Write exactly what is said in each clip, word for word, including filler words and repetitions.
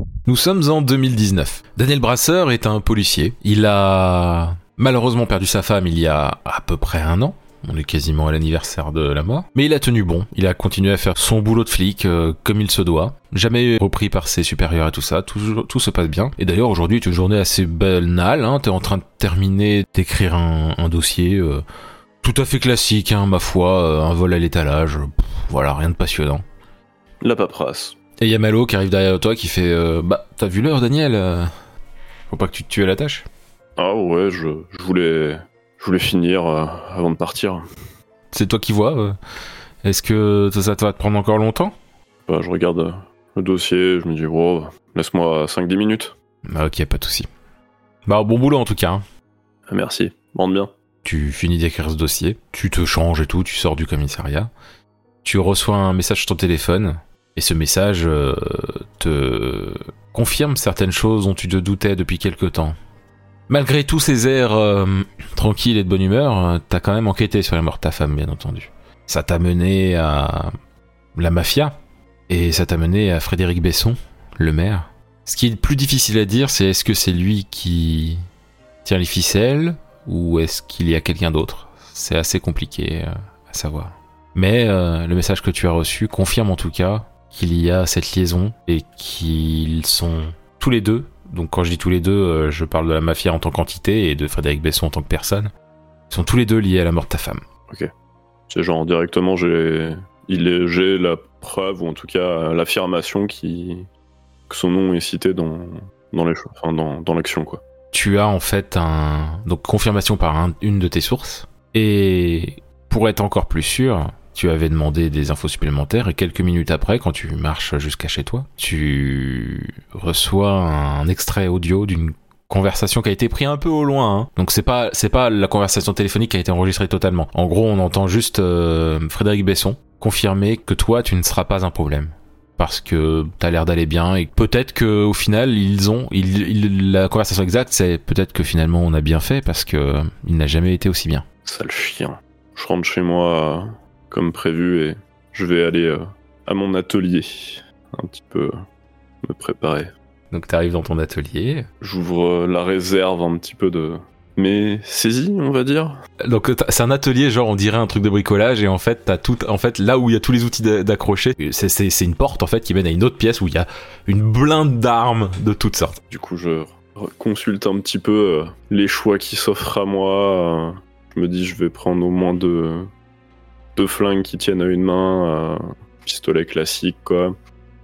Nous sommes en deux mille dix-neuf. Daniel Brasseur est un policier. Il a malheureusement perdu sa femme il y a à peu près un an. On est quasiment à l'anniversaire de la mort. Mais il a tenu bon. Il a continué à faire son boulot de flic euh, comme il se doit. Jamais repris par ses supérieurs et tout ça. Tout, tout se passe bien. Et d'ailleurs, aujourd'hui, c'est une journée assez banale. Hein. T'es en train de terminer d'écrire un, un dossier euh, tout à fait classique, hein, ma foi. Euh, un vol à l'étalage. Pff, voilà, rien de passionnant. La paperasse. Et y'a Malo qui arrive derrière toi qui fait euh, bah, t'as vu l'heure, Daniel euh, faut pas que tu te tues à la tâche. Ah ouais, je, je voulais... Je voulais finir euh, avant de partir. C'est toi qui vois. Euh. Est-ce que ça, ça va te prendre encore longtemps ? Bah, je regarde euh, le dossier, je me dis, oh, laisse-moi cinq dix minutes. Ah, ok, pas de soucis. Bah, bon boulot en tout cas. Hein. Ah, merci, rentre bien. Tu finis d'écrire ce dossier, tu te changes et tout, tu sors du commissariat. Tu reçois un message sur ton téléphone, et ce message euh, te confirme certaines choses dont tu te doutais depuis quelque temps. Malgré tous ces airs euh, tranquilles et de bonne humeur, euh, t'as quand même enquêté sur la mort de ta femme, bien entendu. Ça t'a mené à la mafia, et ça t'a mené à Frédéric Besson, le maire. Ce qui est le plus difficile à dire, c'est est-ce que c'est lui qui tient les ficelles, ou est-ce qu'il y a quelqu'un d'autre ? C'est assez compliqué euh, à savoir. Mais euh, le message que tu as reçu confirme en tout cas qu'il y a cette liaison, et qu'ils sont tous les deux. Donc quand je dis tous les deux, euh, je parle de la mafia en tant qu'entité et de Frédéric Besson en tant que personne. Ils sont tous les deux liés à la mort de ta femme. Ok. C'est genre directement j'ai, il est, j'ai la preuve ou en tout cas l'affirmation qui que son nom est cité dans dans les enfin dans dans l'action quoi. Tu as en fait un donc confirmation par un, une de tes sources, et pour être encore plus sûr, tu avais demandé des infos supplémentaires, et quelques minutes après, quand tu marches jusqu'à chez toi, tu reçois un extrait audio d'une conversation qui a été prise un peu au loin. Hein. Donc c'est pas c'est pas la conversation téléphonique qui a été enregistrée totalement. En gros, on entend juste euh, Frédéric Besson confirmer que toi, tu ne seras pas un problème. Parce que t'as l'air d'aller bien, et peut-être que au final ils ont, ils, ils, la conversation exacte, c'est peut-être que finalement on a bien fait parce que euh, il n'a jamais été aussi bien. Sale chien. Je rentre chez moi. Euh... comme prévu, et je vais aller euh, à mon atelier, un petit peu euh, me préparer. Donc t'arrives dans ton atelier. J'ouvre euh, la réserve un petit peu de mes saisies, on va dire. Donc c'est un atelier, genre on dirait un truc de bricolage, et en fait t'as tout, en fait là où il y a tous les outils d'accrocher, c'est, c'est, c'est une porte en fait qui mène à une autre pièce où il y a une blinde d'armes de toutes sortes. Du coup je consulte un petit peu euh, les choix qui s'offrent à moi. Euh, je me dis je vais prendre au moins deux deux flingues qui tiennent à une main, euh, pistolet classique quoi.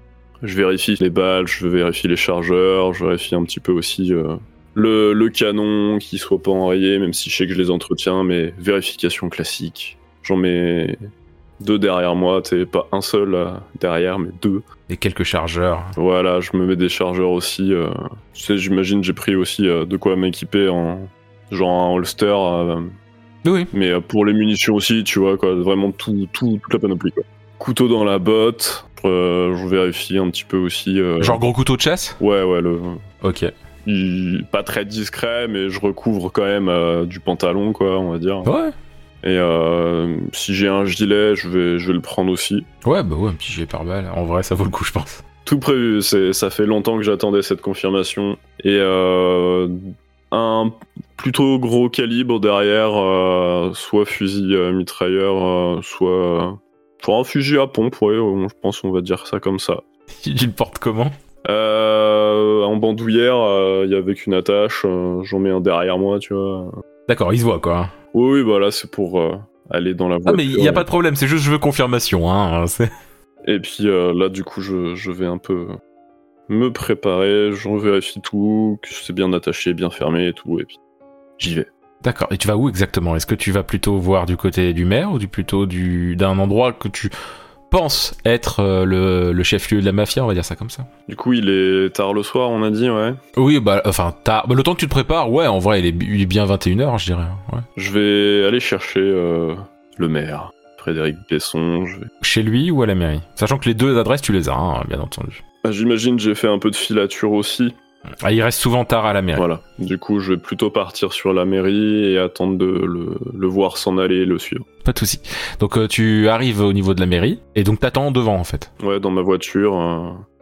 Je vérifie les balles, je vérifie les chargeurs, je vérifie un petit peu aussi euh, le, le canon qui soit pas enrayé, même si je sais que je les entretiens, mais vérification classique. J'en mets deux derrière moi, t'sais, pas un seul euh, derrière, mais deux. Et quelques chargeurs. Voilà, je me mets des chargeurs aussi. Euh, tu sais, j'imagine j'ai pris aussi euh, de quoi m'équiper en genre un holster. Euh, Oui. Mais pour les munitions aussi, tu vois, quoi, vraiment tout, tout, toute la panoplie, quoi. Couteau dans la botte, euh, je vérifie un petit peu aussi. Euh... Genre gros couteau de chasse ? Ouais, ouais, le. Ok. Il... Pas très discret, mais je recouvre quand même euh, du pantalon, quoi, on va dire. Ouais. Et euh, si j'ai un gilet, je vais, je vais le prendre aussi. Ouais, bah ouais, un petit gilet pare-balles. En vrai, ça vaut le coup, je pense. Tout prévu, c'est... ça fait longtemps que j'attendais cette confirmation. Et euh... un plutôt gros calibre derrière, euh, soit fusil euh, mitrailleur, euh, soit, euh, soit un fusil à pompe, ouais, je pense on va dire ça comme ça. Tu le portes comment ? euh, En bandoulière, il euh, y avec une attache, euh, j'en mets un derrière moi, tu vois. D'accord, il se voit quoi. Oui, oui, bah là c'est pour euh, aller dans la voiture. Ah mais il y a pas de problème, c'est juste je veux confirmation, hein. C'est... Et puis euh, là du coup je, je vais un peu me préparer, je vérifie tout, que c'est bien attaché, bien fermé et tout, et puis j'y vais. D'accord, et tu vas où exactement ? Est-ce que tu vas plutôt voir du côté du maire ou du plutôt du d'un endroit que tu penses être euh, le, le chef-lieu de la mafia, on va dire ça comme ça ? Du coup, il est tard le soir, on a dit, ouais. Oui, bah enfin tard. Bah, le temps que tu te prépares, ouais, en vrai, il est, il est bien vingt et une heures, je dirais. Ouais. Je vais aller chercher euh, le maire, Frédéric Besson. Je vais... Chez lui ou à la mairie ? Sachant que les deux adresses, tu les as, hein, bien entendu. Ah, j'imagine j'ai fait un peu de filature aussi. Ah, il reste souvent tard à la mairie. Voilà. Du coup, je vais plutôt partir sur la mairie et attendre de le, le voir s'en aller et le suivre. Pas de souci. Donc euh, tu arrives au niveau de la mairie et donc t'attends devant en fait. Ouais, dans ma voiture. Euh...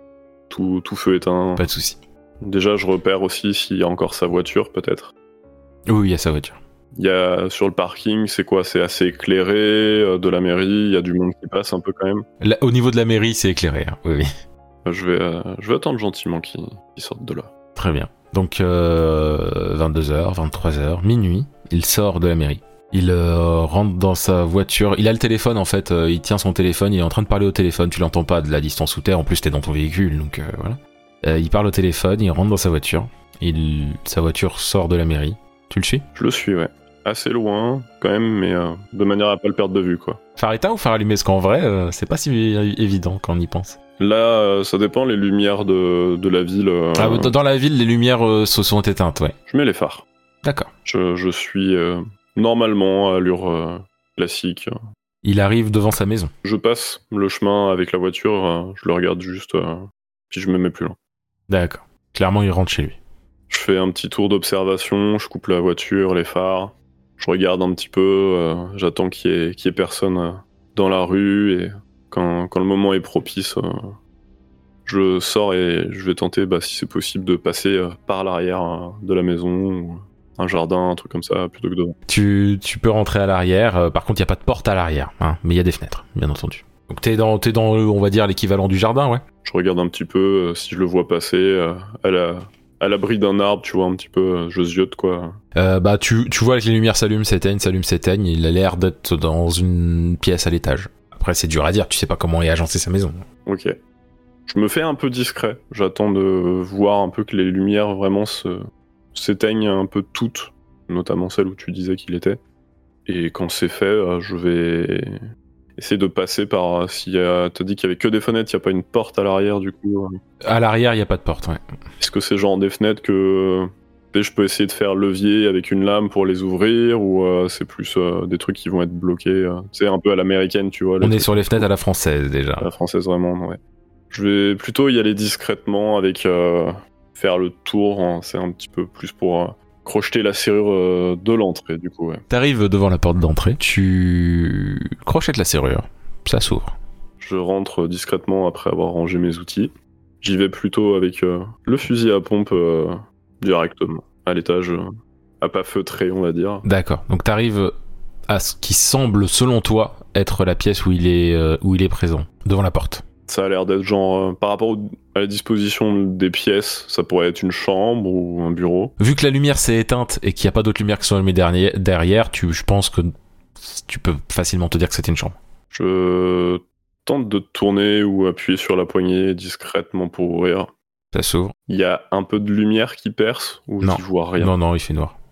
tout, tout feu éteint. Pas de souci. Déjà, je repère aussi s'il y a encore sa voiture, peut-être. Oui, il y a sa voiture. Il y a sur le parking, c'est quoi? C'est assez éclairé euh, de la mairie. Il y a du monde qui passe un peu quand même. Là, au niveau de la mairie, c'est éclairé. Hein. Oui, oui. Je vais, euh, je vais attendre gentiment qu'ils qu'ils sortent de là. Très bien. Donc, euh, vingt-deux heures, vingt-trois heures, minuit, il sort de la mairie. Il euh, rentre dans sa voiture. Il a le téléphone, en fait. Euh, il tient son téléphone. Il est en train de parler au téléphone. Tu l'entends pas de la distance sous terre. En plus, t'es dans ton véhicule. Donc, euh, voilà. Euh, il parle au téléphone. Il rentre dans sa voiture. Il... Sa voiture sort de la mairie. Tu le suis? Je le suis, ouais. Assez loin, quand même, mais euh, de manière à pas le perdre de vue, quoi. Phare éteint ou phare allumé? Parce qu'en vrai, euh, c'est pas si évident quand on y pense. Là, euh, ça dépend, les lumières de, de la ville... Euh, ah, dans la ville, les lumières euh, se sont éteintes, ouais. Je mets les phares. D'accord. Je, je suis euh, normalement à allure euh, classique. Il arrive devant sa maison. Je passe le chemin avec la voiture, euh, je le regarde juste, euh, puis je me mets plus loin. D'accord. Clairement, il rentre chez lui. Je fais un petit tour d'observation, je coupe la voiture, les phares, je regarde un petit peu, euh, j'attends qu'il y ait, qu'il y ait personne euh, dans la rue, et quand, quand le moment est propice, euh, je sors et je vais tenter, bah, si c'est possible, de passer euh, par l'arrière euh, de la maison, ou un jardin, un truc comme ça, plutôt que devant. Tu, tu peux rentrer à l'arrière, euh, par contre il n'y a pas de porte à l'arrière, hein, mais il y a des fenêtres, bien entendu. Donc t'es dans, t'es dans, on va dire, l'équivalent du jardin, ouais. Je regarde un petit peu, euh, si je le vois passer, euh, à la... à l'abri d'un arbre, tu vois, un petit peu, je ziote, quoi. Euh, bah, tu, tu vois que les lumières s'allument, s'éteignent, s'allument, s'éteignent, il a l'air d'être dans une pièce à l'étage. Après, c'est dur à dire, tu sais pas comment est agencée sa maison. Ok. Je me fais un peu discret, j'attends de voir un peu que les lumières vraiment se... s'éteignent un peu toutes, notamment celle où tu disais qu'il était. Et quand c'est fait, je vais essayer de passer par... S'il y a... T'as dit qu'il y avait que des fenêtres, il n'y a pas une porte à l'arrière, du coup. À l'arrière, il n'y a pas de porte, ouais. Est-ce que c'est genre des fenêtres que je peux essayer de faire levier avec une lame pour les ouvrir, ou euh, c'est plus euh, des trucs qui vont être bloqués, euh, tu sais, un peu à l'américaine, tu vois. On est sur les fenêtres à la française, déjà. À la française, vraiment, ouais. Je vais plutôt y aller discrètement avec euh, faire le tour, hein, c'est un petit peu plus pour... Euh, crocheter la serrure euh, de l'entrée, du coup, ouais. T'arrives devant la porte d'entrée, tu crochettes la serrure, ça s'ouvre. Je rentre discrètement après avoir rangé mes outils. J'y vais plutôt avec euh, le fusil à pompe euh, directement, à l'étage, euh, à pas feutré, on va dire. D'accord, donc t'arrives à ce qui semble, selon toi, être la pièce où il est, euh, où il est présent, devant la porte. Ça a l'air d'être genre, euh, par rapport au, à la disposition des pièces, ça pourrait être une chambre ou un bureau. Vu que la lumière s'est éteinte et qu'il n'y a pas d'autres lumières qui sont allumées derrière, derrière tu, je pense que tu peux facilement te dire que c'était une chambre. Je tente de tourner ou appuyer sur la poignée discrètement pour ouvrir. Ça s'ouvre. Il y a un peu de lumière qui perce ou non. je vois rien? Non, non, il fait noir.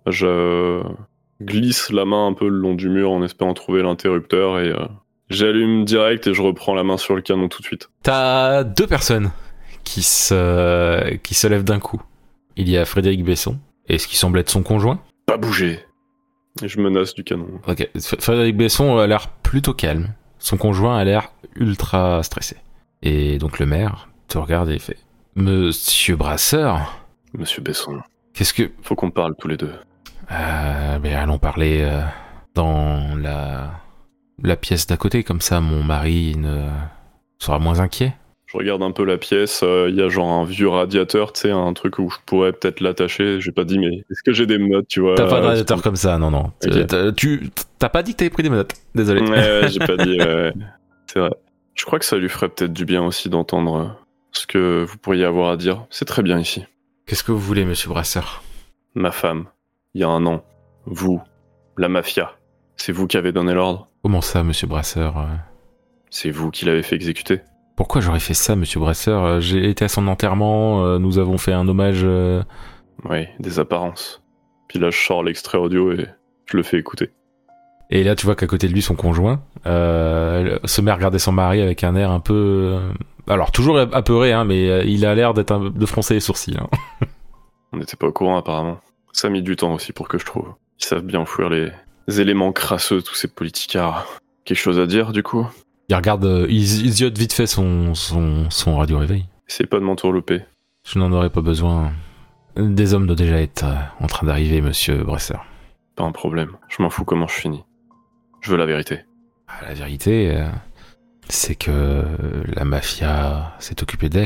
Je glisse la main un peu le long du mur en espérant trouver l'interrupteur et... Euh... J'allume direct et je reprends la main sur le canon tout de suite. T'as deux personnes qui se, qui se lèvent d'un coup. Il y a Frédéric Besson, et ce qui semble être son conjoint. Pas bouger. Et je menace du canon. Ok, Frédéric Besson a l'air plutôt calme. Son conjoint a l'air ultra stressé. Et donc le maire te regarde et fait « Monsieur Brasseur ?» Monsieur Besson. Qu'est-ce que... Faut qu'on parle tous les deux. Euh, mais allons parler euh, dans la... la pièce d'à côté, comme ça mon mari ne sera moins inquiet. Je regarde un peu la pièce, il euh, y a genre un vieux radiateur, tu sais, un truc où je pourrais peut-être l'attacher. J'ai pas dit, mais est-ce que j'ai des menottes, tu vois? T'as pas de radiateur comme ça, non, non. Okay. T'as, tu t'as pas dit que t'avais pris des menottes, désolé. Ouais, ouais, j'ai pas dit, ouais, c'est vrai. Je crois que ça lui ferait peut-être du bien aussi d'entendre ce que vous pourriez avoir à dire. C'est très bien ici. Qu'est-ce que vous voulez, monsieur Brasseur? Ma femme, il y a un an, vous, la mafia, c'est vous qui avez donné l'ordre? Comment ça, monsieur Brasseur? C'est vous qui l'avez fait exécuter. Pourquoi j'aurais fait ça, monsieur Brasseur? J'ai été à son enterrement, nous avons fait un hommage... Euh... Oui, des apparences. Puis là, je sors l'extrait audio et je le fais écouter. Et là, tu vois qu'à côté de lui, son conjoint euh, se met à regarder son mari avec un air un peu... Alors, toujours apeuré, hein, mais il a l'air d'être un... de froncer les sourcils. Hein. On n'était pas au courant, apparemment. Ça a mis du temps aussi pour que je trouve. Ils savent bien enfouir les... les éléments crasseux, tous ces politicards. Quelque chose à dire, du coup? Il regarde, euh, il, il ziote vite fait son, son, son radio-réveil. Essayez pas de m'entourlouper. Je n'en aurais pas besoin. Des hommes doivent déjà être euh, en train d'arriver, monsieur Brasseur. Pas un problème. Je m'en fous comment je finis. Je veux la vérité. La vérité, euh, c'est que la mafia s'est occupée d'elle.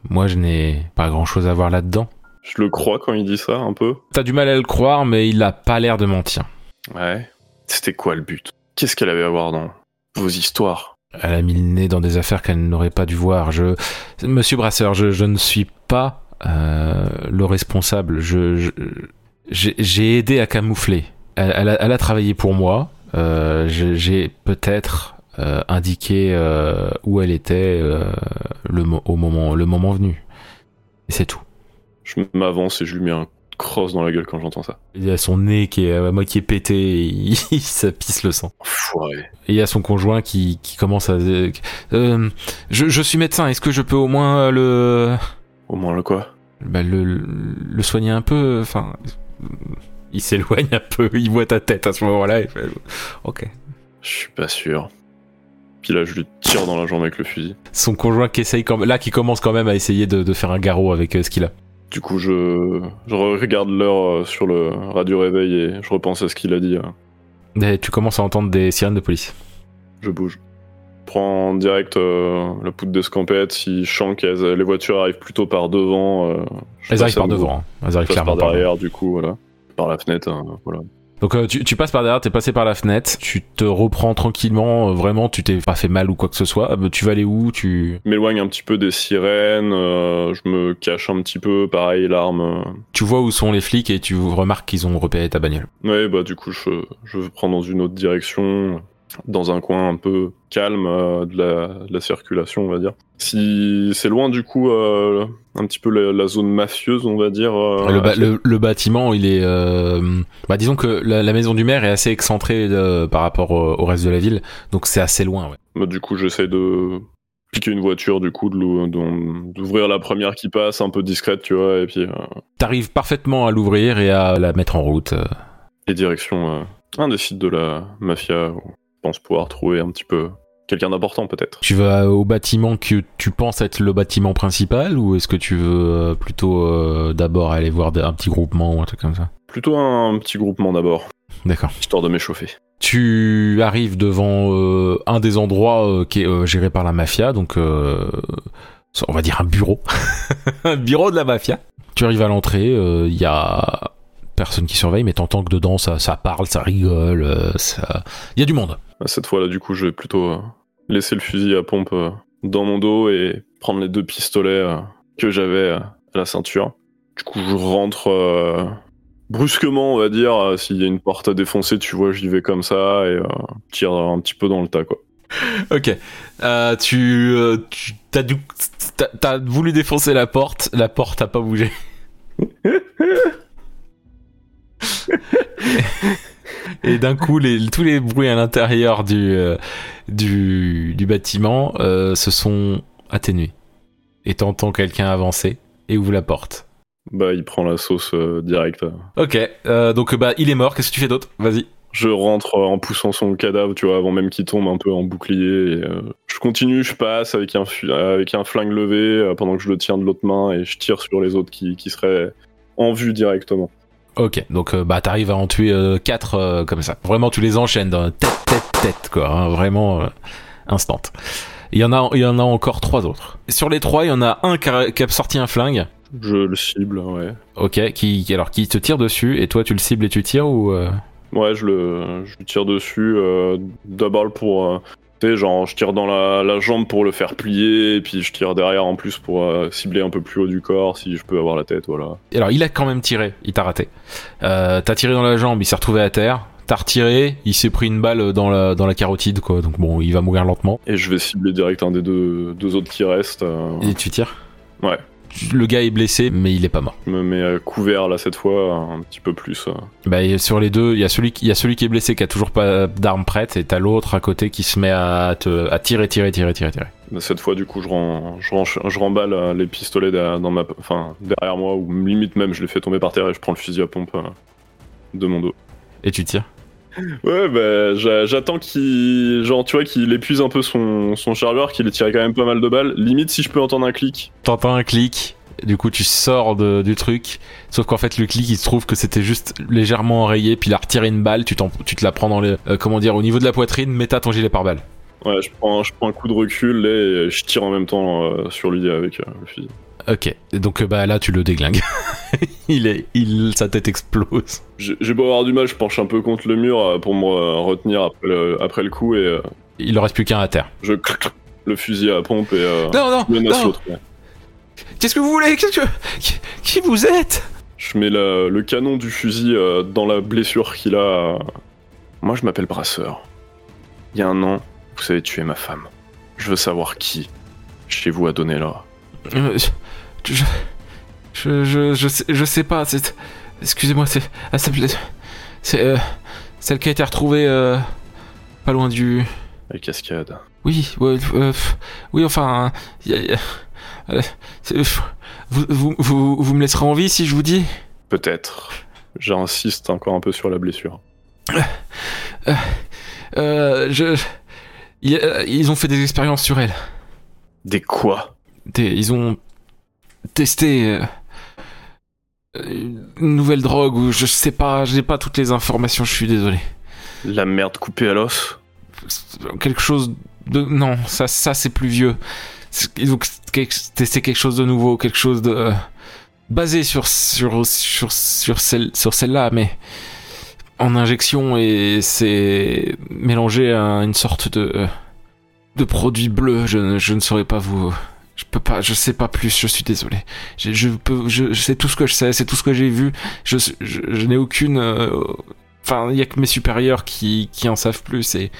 Moi, je n'ai pas grand-chose à voir là-dedans. Je le crois quand il dit ça, un peu. T'as du mal à le croire, mais il a pas l'air de mentir. Ouais. C'était quoi le but? Qu'est-ce qu'elle avait à voir dans vos histoires? Elle a mis le nez dans des affaires qu'elle n'aurait pas dû voir. Je... Monsieur Brasseur, je, je ne suis pas euh, le responsable. Je, je, j'ai, j'ai aidé à camoufler. Elle, elle, a, elle a travaillé pour moi. Euh, j'ai, j'ai peut-être euh, indiqué euh, où elle était euh, le, au moment, le moment venu. Et c'est tout. Je m'avance et je lui mets un crosse dans la gueule quand j'entends ça. Il y a son nez qui est à moitié pété, et il, ça pisse le sang. Enfoiré. Et il y a son conjoint qui, qui commence à... Euh, je, je suis médecin, est-ce que je peux au moins le... Au moins le quoi? Bah le, le soigner un peu, enfin... Il s'éloigne un peu, il voit ta tête à ce moment-là, il fait... Ok. Je suis pas sûr. Puis là, je lui tire dans la jambe avec le fusil. Son conjoint qui essaye quand... Là, qui commence quand même à essayer de, de faire un garrot avec euh, ce qu'il a. Du coup, je, je regarde l'heure sur le radio réveil et je repense à ce qu'il a dit. Et tu commences à entendre des sirènes de police. Je bouge. Je prends direct euh, la poudre d'escampette. Si je sens que les voitures arrivent plutôt par devant... Euh, Elles arrivent par devant. Hein. Elles arrivent clairement par derrière, par du coup, voilà. Par la fenêtre, hein, voilà. Donc euh, tu, tu passes par derrière, t'es passé par la fenêtre, tu te reprends tranquillement, euh, vraiment, tu t'es pas fait mal ou quoi que ce soit. Euh, tu vas aller où? Tu Je m'éloigne un petit peu des sirènes, euh, je me cache un petit peu, pareil, l'arme. Euh... Tu vois où sont les flics et tu remarques qu'ils ont repéré ta bagnole. Ouais, bah du coup, je, je prends dans une autre direction, dans un coin un peu calme euh, de, la, de la circulation, on va dire. Si c'est loin, du coup, euh, un petit peu la, la zone mafieuse, on va dire. Euh, le, ba- le, le bâtiment, il est... Euh... Bah, disons que la, la maison du maire est assez excentrée euh, par rapport au, au reste de la ville, donc c'est assez loin, ouais. Bah, du coup, j'essaie de piquer une voiture, du coup, de l'ou- d'ouvrir la première qui passe, un peu discrète, tu vois, et puis... Euh... T'arrives parfaitement à l'ouvrir et à la mettre en route. Euh... Et direction euh, un des sites de la mafia, où je pense pouvoir trouver un petit peu... quelqu'un d'important peut-être. Tu vas au bâtiment que tu penses être le bâtiment principal ou est-ce que tu veux plutôt euh, d'abord aller voir un petit groupement ou un truc comme ça? Plutôt un petit groupement d'abord. D'accord. Histoire de m'échauffer. Tu arrives devant euh, un des endroits euh, qui est euh, géré par la mafia, donc euh, on va dire un bureau. Un bureau de la mafia. Tu arrives à l'entrée, il euh, y a personne qui surveille, mais t'entends que dedans ça, ça parle, ça rigole, euh, ça... il y a du monde. Cette fois-là, du coup, je vais plutôt... Euh... laisser le fusil à pompe euh, dans mon dos et prendre les deux pistolets euh, que j'avais euh, à la ceinture. Du coup, je rentre euh, brusquement, on va dire. Euh, s'il y a une porte à défoncer, tu vois, j'y vais comme ça et euh, tire un petit peu dans le tas, quoi. Ok. Euh, tu, euh, tu t'as, du, t'as, t'as voulu défoncer la porte, la porte a pas bougé. Et d'un coup, les, tous les bruits à l'intérieur du, euh, du, du bâtiment euh, se sont atténués. Et t'entends quelqu'un avancer et ouvre la porte. Bah, il prend la sauce euh, direct. Ok, euh, donc bah il est mort, qu'est-ce que tu fais d'autre? Vas-y. Je rentre euh, en poussant son cadavre, tu vois, avant même qu'il tombe un peu en bouclier. Et, euh, je continue, je passe avec un, fu- avec un flingue levé euh, pendant que je le tiens de l'autre main et je tire sur les autres qui, qui seraient en vue directement. Ok, donc euh, bah t'arrives à en tuer euh, quatre euh, comme ça. Vraiment, tu les enchaînes dans tête, tête, tête, quoi. Hein, vraiment euh, instant. Il y en a, il y en a encore trois autres. Sur les trois, il y en a un qui a, qui a sorti un flingue. Je le cible, ouais. Ok, qui, qui alors qui te tire dessus et toi tu le cibles et tu tires ou euh... Ouais, je le, je lui tire dessus. Euh, d'abord pour, euh, tu sais, genre je tire dans la, la jambe pour le faire plier et puis je tire derrière en plus pour euh, cibler un peu plus haut du corps si je peux avoir la tête, voilà. Alors il a quand même tiré, il t'a raté. Euh, t'as tiré dans la jambe, il s'est retrouvé à terre. T'as retiré, il s'est pris une balle dans la, dans la carotide, quoi. Donc bon, il va mourir lentement. Et je vais cibler direct un des deux, deux autres qui restent. Euh... Et tu tires? Ouais. Le gars est blessé, mais il est pas mort. Je me mets à couvert là cette fois, un petit peu plus. Euh... Bah sur les deux, il y a celui qui, il y a celui qui est blessé qui a toujours pas d'arme prête, et t'as l'autre à côté qui se met à te, à tirer, tirer, tirer, tirer, tirer. Cette fois, du coup, je, rends, je, rends, je remballe les pistolets derrière, dans ma, enfin, derrière moi, ou limite même, je les fais tomber par terre et je prends le fusil à pompe euh, de mon dos. Et tu tires? Ouais, bah, j'a, j'attends qu'il, genre, tu vois, qu'il épuise un peu son, son chargeur, qu'il ait tiré quand même pas mal de balles. Limite, si je peux entendre un clic. T'entends un clic, du coup, tu sors de, du truc. Sauf qu'en fait, le clic, il se trouve que c'était juste légèrement enrayé, puis il a retiré une balle, tu, t'en, tu te la prends dans les, euh, comment dire, au niveau de la poitrine, mais t'as ton gilet pare-balles. Ouais, je prends, je prends un coup de recul et je tire en même temps euh, sur lui avec euh, le fusil. Ok, donc bah là tu le déglingues. il est, il, sa tête explose. J'ai, j'ai beau avoir du mal, je penche un peu contre le mur pour me retenir après le, après le coup et... Euh, il ne reste plus qu'un à terre. Je clac, clac, le fusil à pompe et euh, non, non, je menace non. l'autre. Ouais. Qu'est-ce que vous voulez? Qu'est-ce que... Qui, qui vous êtes? Je mets la, le canon du fusil euh, dans la blessure qu'il a. Euh... Moi je m'appelle Brasseur. Il y a un an, vous avez tué ma femme. Je veux savoir qui chez vous a donné l'or. Euh, je, je, je, je, je, sais, je sais pas, c'est... Excusez-moi, c'est... Elle s'appelait... C'est... Euh, celle qui a été retrouvée... Euh, pas loin du... Les cascades. Oui, ouais, euh, oui, enfin... Y a, y a, euh, vous, vous, vous, vous me laisserez en vie si je vous dis? Peut-être. J'insiste encore un peu sur la blessure. Euh, euh, je... Y a, ils ont fait des expériences sur elle. Des quoi? Des, ils ont testé euh, une nouvelle drogue ou je sais pas, j'ai pas toutes les informations, je suis désolé. La merde coupée à l'os? Quelque chose de... Non, ça, ça c'est plus vieux. Ils ont testé quelque chose de nouveau, quelque chose de... Euh, basé sur, sur, sur, sur, celle, sur celle-là, mais en injection et c'est mélangé à une sorte de... de produit bleu, je, je ne saurais pas vous... Je peux pas, je sais pas plus, je suis désolé. Je, je peux, je, c'est tout ce que je sais, c'est tout ce que j'ai vu. Je, je, je n'ai aucune... Enfin, euh, il y a que mes supérieurs qui, qui en savent plus et...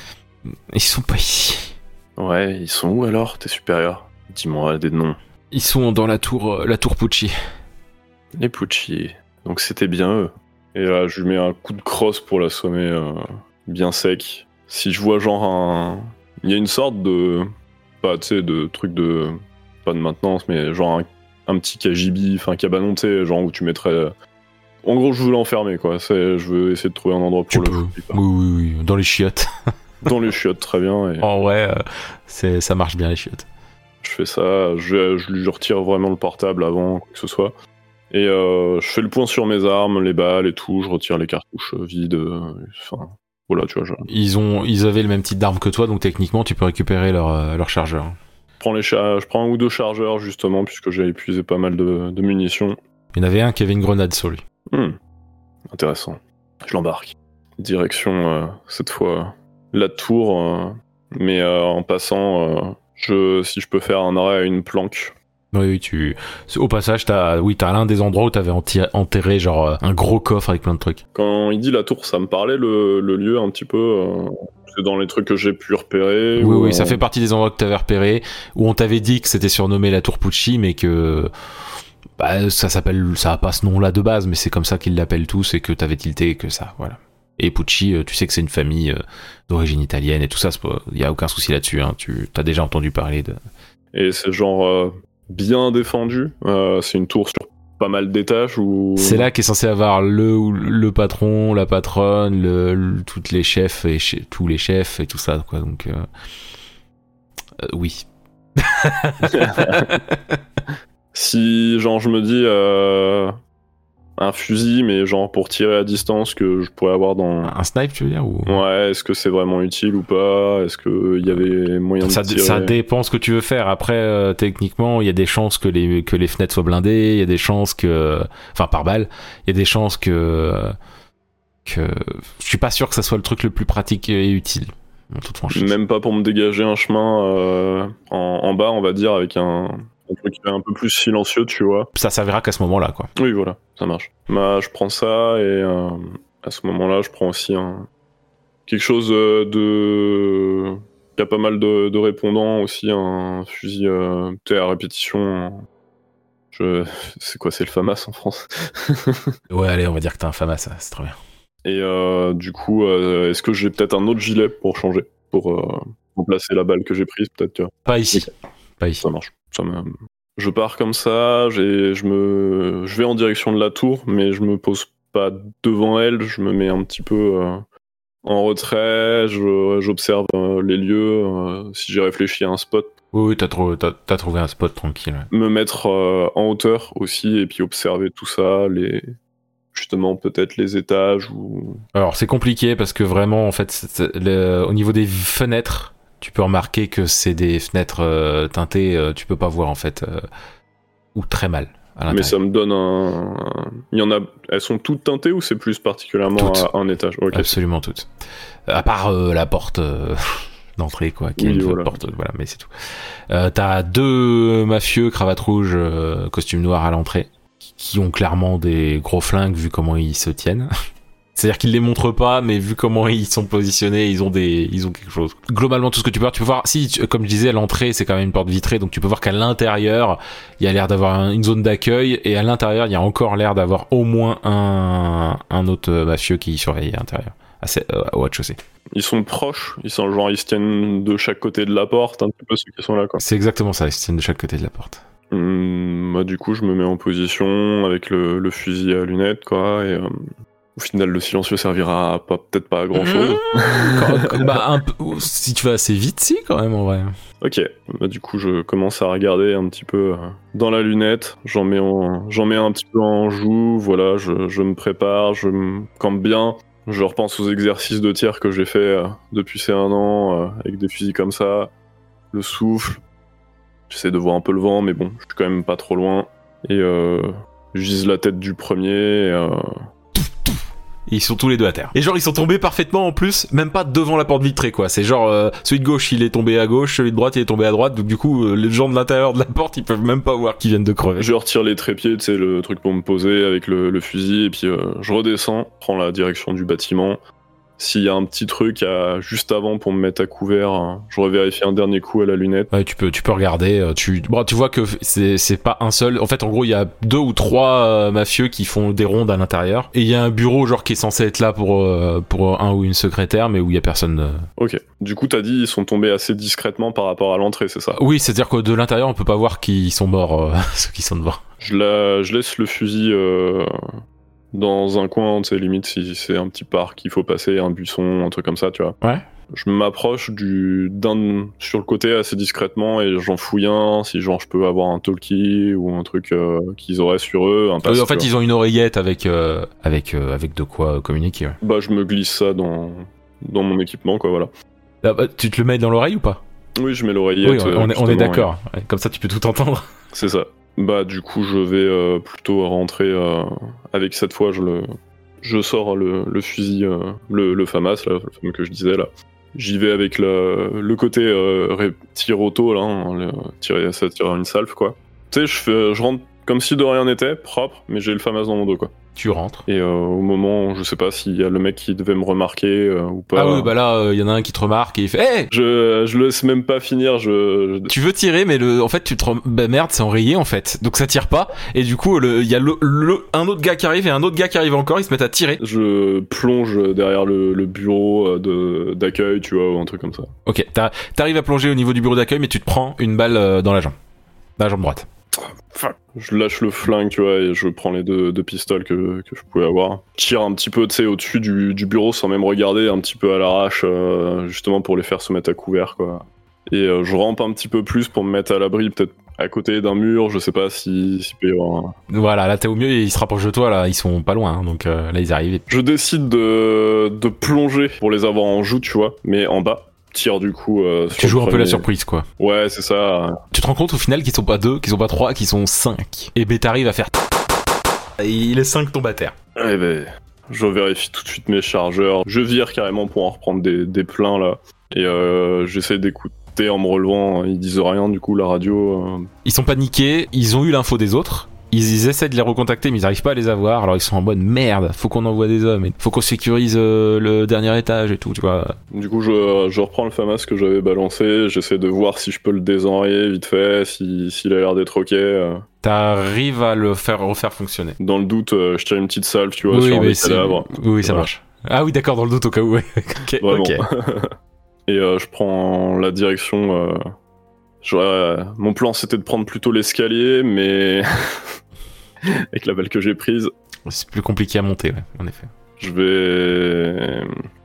Ils sont pas ici. Ouais, ils sont où alors, tes supérieurs? Dis-moi des noms. Ils sont dans la tour, la tour Pucci. Les Pucci. Donc c'était bien eux. Et là, je lui mets un coup de crosse pour l'assommer euh, bien sec. Si je vois genre un... Il y a une sorte de... Pas, tu sais, de truc de... Pas de maintenance, mais genre un, un petit cagibi, enfin cabanon, tu sais, genre où tu mettrais... En gros, je veux l'enfermer, quoi. C'est, je veux essayer de trouver un endroit pour tu le... Peux. Fouiller, oui, oui, oui, dans les chiottes. Dans les chiottes, très bien. Et... En vrai, euh, c'est, ça marche bien, les chiottes. Je fais ça, je, je lui retire vraiment le portable avant, quoi que ce soit. Et euh, je fais le point sur mes armes, les balles et tout, je retire les cartouches vides, enfin... Voilà, tu vois, je... ils, ont, ils avaient le même type d'arme que toi, donc techniquement, tu peux récupérer leur, euh, leur chargeur. Je prends, les cha- je prends un ou deux chargeurs, justement, puisque j'ai épuisé pas mal de, de munitions. Il y en avait un qui avait une grenade sur lui. Hmm. Intéressant. Je l'embarque. Direction, euh, cette fois, la tour, euh, mais euh, en passant, euh, je, si je peux faire un arrêt à une planque. Oui, oui, tu... Au passage, t'as, oui, t'as l'un des endroits où t'avais enti- enterré genre un gros coffre avec plein de trucs. Quand il dit la tour, ça me parlait le, le lieu un petit peu. Euh, c'est dans les trucs que j'ai pu repérer. Oui, ou, oui, euh... ça fait partie des endroits que t'avais repérés, où on t'avait dit que c'était surnommé la tour Pucci, mais que bah, ça s'appelle, ça a pas ce nom-là de base, mais c'est comme ça qu'ils l'appellent tous et que t'avais tilté que ça, voilà. Et Pucci, tu sais que c'est une famille d'origine italienne et tout ça, il y a aucun souci là-dessus. Hein, tu t'as déjà entendu parler de. Et c'est genre. Euh... bien défendu, euh, c'est une tour sur pas mal d'étages ou... C'est là qu'est censé avoir le, le patron, la patronne, le, le, toutes les chefs et che- tous les chefs et tout ça, quoi, donc euh... Euh, oui. Si, genre, je me dis euh, un fusil, mais genre pour tirer à distance que je pourrais avoir dans... Un snipe, tu veux dire ou... Ouais, est-ce que c'est vraiment utile ou pas? Est-ce qu'il y avait moyen ça, de tirer? Ça dépend ce que tu veux faire. Après, euh, techniquement, il y a des chances que les, que les fenêtres soient blindées, il y a des chances que... Enfin, par balle, il y a des chances que... que... Je suis pas sûr que ça soit le truc le plus pratique et utile. En toute franchise. Même pas pour me dégager un chemin euh, en, en bas, on va dire, avec un... un truc un peu plus silencieux, tu vois. Ça servira qu'à ce moment-là, quoi. Oui, voilà, ça marche. Bah, je prends ça et euh, à ce moment-là, je prends aussi un... quelque chose de... Il y a pas mal de, de répondants aussi, un fusil euh, à répétition. Je... C'est quoi, c'est le FAMAS en France? Ouais, allez, on va dire que t'as un FAMAS, c'est très bien. Et euh, du coup, euh, est-ce que j'ai peut-être un autre gilet pour changer? Pour euh, remplacer la balle que j'ai prise, peut-être, tu vois? Pas ici. Okay. Pas ici. Ça marche. Ça me... Je pars comme ça, j'ai, je, me, je vais en direction de la tour, mais je me pose pas devant elle, je me mets un petit peu euh, en retrait, je, j'observe euh, les lieux, euh, si j'ai réfléchi à un spot. Oui, oui, t'as, trou- t'as, t'as trouvé un spot tranquille. Ouais. Me mettre euh, en hauteur aussi, et puis observer tout ça, les... justement peut-être les étages ou... Alors c'est compliqué parce que vraiment, en fait, c'est, le, au niveau des fenêtres, tu peux remarquer que c'est des fenêtres euh, teintées, euh, tu peux pas voir en fait. Euh, ou très mal à l'intérieur. Mais ça me donne un... un... Il y en a... Elles sont toutes teintées ou c'est plus particulièrement toutes. à un étage? Okay. Absolument toutes. À part euh, la porte euh, d'entrée, quoi, qui oui, est une voilà. porte, voilà, mais c'est tout. Euh, t'as deux mafieux, cravate rouge, euh, costume noir à l'entrée, qui ont clairement des gros flingues vu comment ils se tiennent. C'est-à-dire qu'ils les montrent pas, mais vu comment ils sont positionnés, ils ont des, ils ont quelque chose. Globalement, tout ce que tu peux voir, tu peux voir, si, tu, comme je disais, à l'entrée, c'est quand même une porte vitrée, donc tu peux voir qu'à l'intérieur, il y a l'air d'avoir une zone d'accueil, et à l'intérieur, il y a encore l'air d'avoir au moins un, un autre mafieux qui surveille à l'intérieur, à, euh, au rez-de-chaussée. Ils sont proches, ils sont genre, ils se tiennent de chaque côté de la porte, un petit peu ceux qui sont là, quoi. C'est exactement ça, ils se tiennent de chaque côté de la porte. Hum, bah, du coup, je me mets en position avec le, le fusil à lunettes, quoi, et, euh... au final, le silencieux servira pas, peut-être pas à grand chose. Mmh. bah, un peu, si tu vas assez vite, si, quand même, en vrai. Ok, bah, du coup, je commence à regarder un petit peu euh, dans la lunette. J'en mets, en, j'en mets un petit peu en joue. Voilà, je, je me prépare, je me campe bien. Je repense aux exercices de tir que j'ai fait euh, depuis ces un an, euh, avec des fusils comme ça. Le souffle. J'essaie de voir un peu le vent, mais bon, je suis quand même pas trop loin. Et euh, je vise la tête du premier. Et, euh, Et ils sont tous les deux à terre. Et genre ils sont tombés parfaitement en plus, même pas devant la porte vitrée quoi. C'est genre euh, celui de gauche il est tombé à gauche, celui de droite il est tombé à droite. Donc du coup euh, les gens de l'intérieur de la porte ils peuvent même pas voir qu'ils viennent de crever. Je retire les trépieds, tu sais le truc pour me poser avec le, le fusil et puis euh, je redescends, prends la direction du bâtiment. S'il y a un petit truc à, juste avant pour me mettre à couvert, hein, je revérifie un dernier coup à la lunette. Ouais, tu peux, tu peux regarder. Tu, bon, tu vois que c'est, c'est pas un seul. En fait, en gros, il y a deux ou trois euh, mafieux qui font des rondes à l'intérieur. Et il y a un bureau genre qui est censé être là pour euh, pour un ou une secrétaire, mais où il y a personne. Euh... Ok. Du coup, t'as dit ils sont tombés assez discrètement par rapport à l'entrée, c'est ça? Oui, c'est-à-dire que de l'intérieur, on peut pas voir qu'ils sont morts, euh, ceux qui sont devant. Je la, je laisse le fusil. Euh... dans un coin, tu sais, limite si c'est un petit parc, il faut passer, un buisson, un truc comme ça, tu vois. Ouais. Je m'approche du d'un sur le côté assez discrètement et j'en fouille un, si genre je peux avoir un talkie ou un truc euh, qu'ils auraient sur eux. Un passe, euh, en fait, ils ont une oreillette avec euh, avec euh, avec de quoi communiquer. Ouais. Bah, je me glisse ça dans dans mon équipement, quoi, voilà. Ah, bah, tu te le mets dans l'oreille ou pas? Oui, je mets l'oreillette. Oui, on, est, on est d'accord. Ouais. Comme ça, tu peux tout entendre. C'est ça. Bah du coup je vais euh, plutôt rentrer euh, avec cette fois je le je sors le, le fusil euh, le, le FAMAS là, le fameux que je disais là. J'y vais avec la, le côté euh, tir auto là, hein, le, tirer, ça tire une salve quoi. Tu sais je fais je rentre comme si de rien n'était, propre, mais j'ai le FAMAS dans mon dos quoi. Tu rentres. Et euh, au moment, je sais pas s'il y a le mec qui devait me remarquer euh, ou pas. Ah oui, bah là, il euh, y en a un qui te remarque et il fait hey je, je le laisse même pas finir. Je, je... Tu veux tirer, mais le, en fait, tu te rem... bah merde, c'est enrayé en fait. Donc ça tire pas. Et du coup, il y a le, le, un autre gars qui arrive et un autre gars qui arrive encore. Ils se mettent à tirer. Je plonge derrière le, le bureau de, d'accueil, tu vois, ou un truc comme ça. Ok, t'as, t'arrives à plonger au niveau du bureau d'accueil, mais tu te prends une balle dans la jambe. Dans la jambe droite. Je lâche le flingue, tu vois, et je prends les deux, deux pistoles que, que je pouvais avoir. Je tire un petit peu, tu sais, au-dessus du, du bureau sans même regarder, un petit peu à l'arrache, euh, justement pour les faire se mettre à couvert, quoi. Et euh, je rampe un petit peu plus pour me mettre à l'abri, peut-être à côté d'un mur, je sais pas si, si peut y avoir un... Voilà, là t'es au mieux et ils se rapprochent de toi, là, ils sont pas loin, hein, donc euh, là ils arrivent. Je décide de, de plonger pour les avoir en joue, tu vois, mais en bas. Tire du coup euh, sur tu joues un premier... peu la surprise quoi. Ouais c'est ça. Tu te rends compte au final qu'ils sont pas deux, qu'ils sont pas trois, qu'ils sont cinq. Et ben t'arrives à faire et les cinq tombent à terre. Eh ben je vérifie tout de suite mes chargeurs. Je vire carrément pour en reprendre des, des pleins là. Et euh, j'essaie d'écouter en me relevant. Ils disent rien du coup la radio. Euh... Ils sont paniqués, ils ont eu l'info des autres. Ils, ils essaient de les recontacter mais ils arrivent pas à les avoir, alors ils sont en mode merde, faut qu'on envoie des hommes, faut qu'on sécurise euh, le dernier étage et tout, tu vois. Du coup je, je reprends le FAMAS que j'avais balancé, j'essaie de voir si je peux le désenrayer vite fait, si, s'il a l'air d'être ok. Euh. T'arrives à le faire refaire fonctionner. Dans le doute, euh, je tire une petite salve, tu vois, oui, sur les cadavres. Oui, ça voilà. Marche. Ah oui d'accord, dans le doute au cas où, ouais. Ok, vraiment. Ok. Et euh, je prends la direction... Euh... Euh, mon plan c'était de prendre plutôt l'escalier, mais avec la balle que j'ai prise, c'est plus compliqué à monter, ouais, en effet. Je vais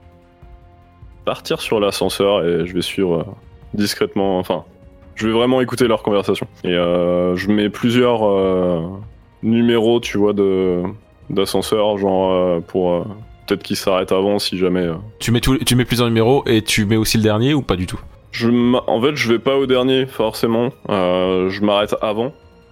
partir sur l'ascenseur et je vais suivre euh, discrètement. Enfin, je vais vraiment écouter leur conversation. Et euh, je mets plusieurs euh, numéros, tu vois, de d'ascenseur, genre euh, pour euh, peut-être qu'ils s'arrêtent avant si jamais. Euh... Tu mets tout, tu mets plusieurs numéros et tu mets aussi le dernier ou pas du tout? Je en fait, je vais pas au dernier, forcément. Euh, je m'arrête avant.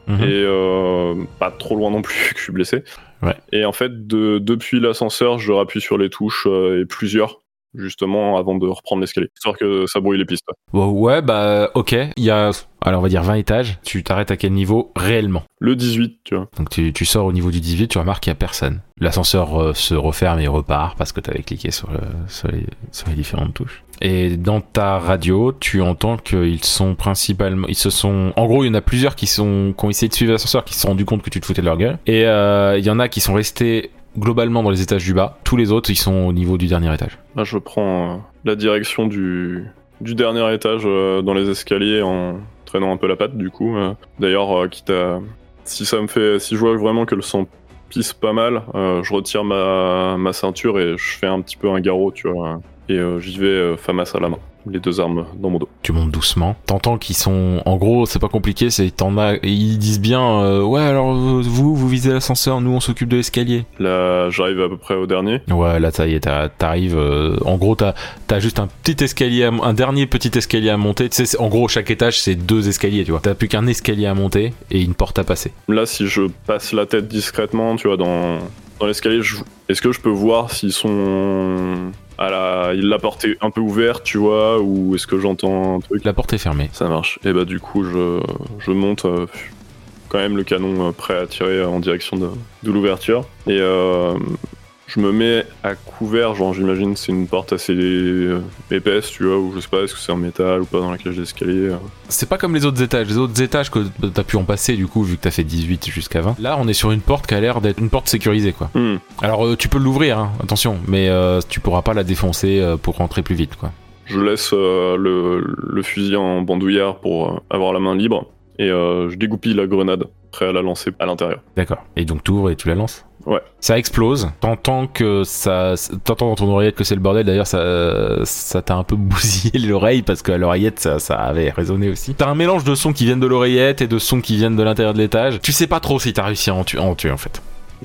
Mmh. Et euh, pas trop loin non plus que je suis blessé. Ouais. Et en fait, de, depuis l'ascenseur, je rappuie sur les touches euh, et plusieurs, justement, avant de reprendre l'escalier, histoire que ça brouille les pistes. Bon, ouais, bah, ok. Il y a, alors on va dire vingt étages. Tu t'arrêtes à quel niveau réellement? Le dix-huit, tu vois. Donc tu, tu sors au niveau du dix-huit, tu remarques qu'il n'y a personne. L'ascenseur euh, se referme et repart parce que tu avais cliqué sur, le, sur, les, sur les différentes touches. Et dans ta radio, tu entends qu'ils sont principalement, ils se sont, en gros, il y en a plusieurs qui sont, qui ont essayé de suivre l'ascenseur, qui se sont rendus compte que tu te foutais de leur gueule. Et euh, il y en a qui sont restés globalement dans les étages du bas. Tous les autres, ils sont au niveau du dernier étage. Là, je prends euh, la direction du, du dernier étage euh, dans les escaliers en traînant un peu la patte, du coup. Euh, d'ailleurs, euh, quitte à, si ça me fait, si je vois vraiment que le sang pisse pas mal, euh, je retire ma, ma ceinture et je fais un petit peu un garrot, tu vois. Et euh, j'y vais euh, FAMAS à la main, les deux armes dans mon dos. Tu montes doucement. T'entends qu'ils sont, en gros, c'est pas compliqué, c'est t'en as, et ils disent bien, euh, ouais, alors vous, vous visez l'ascenseur, nous on s'occupe de l'escalier. Là, j'arrive à peu près au dernier. Ouais, là ça y est, t'as- t'arrives. Euh, en gros, t'as, t'as juste un petit escalier, à, un dernier petit escalier à monter. Tu sais, c'est- en gros, chaque étage c'est deux escaliers, tu vois. T'as plus qu'un escalier à monter et une porte à passer. Là, si je passe la tête discrètement, tu vois, dans, dans l'escalier, je- est-ce que je peux voir s'ils sont à la, la porte est un peu ouverte, tu vois, ou est-ce que j'entends un truc? La porte est fermée. Ça marche. Et bah du coup, je, je monte euh, quand même le canon euh, prêt à tirer en direction de, de l'ouverture. Et euh, je me mets à couvert, genre j'imagine c'est une porte assez euh, épaisse, tu vois, ou je sais pas, est-ce que c'est en métal ou pas dans la cage d'escalier. euh. C'est pas comme les autres étages. Les autres étages que t'as pu en passer, du coup, vu que t'as fait dix-huit jusqu'à vingt. Là, on est sur une porte qui a l'air d'être une porte sécurisée, quoi. Hmm. Alors, euh, tu peux l'ouvrir, hein, attention, mais euh, tu pourras pas la défoncer euh, pour rentrer plus vite, quoi. Je laisse euh, le, le fusil en bandoulière pour euh, avoir la main libre, et euh, je dégoupille la grenade, prêt à la lancer à l'intérieur. D'accord. Et donc, t'ouvres et tu la lances? Ouais. Ça explose. T'entends que ça, t'entends dans ton oreillette que c'est le bordel. D'ailleurs, ça, ça t'a un peu bousillé l'oreille parce qu'à l'oreillette, ça, ça avait résonné aussi. T'as un mélange de sons qui viennent de l'oreillette et de sons qui viennent de l'intérieur de l'étage. Tu sais pas trop si t'as réussi à en tuer, à en tuer en fait.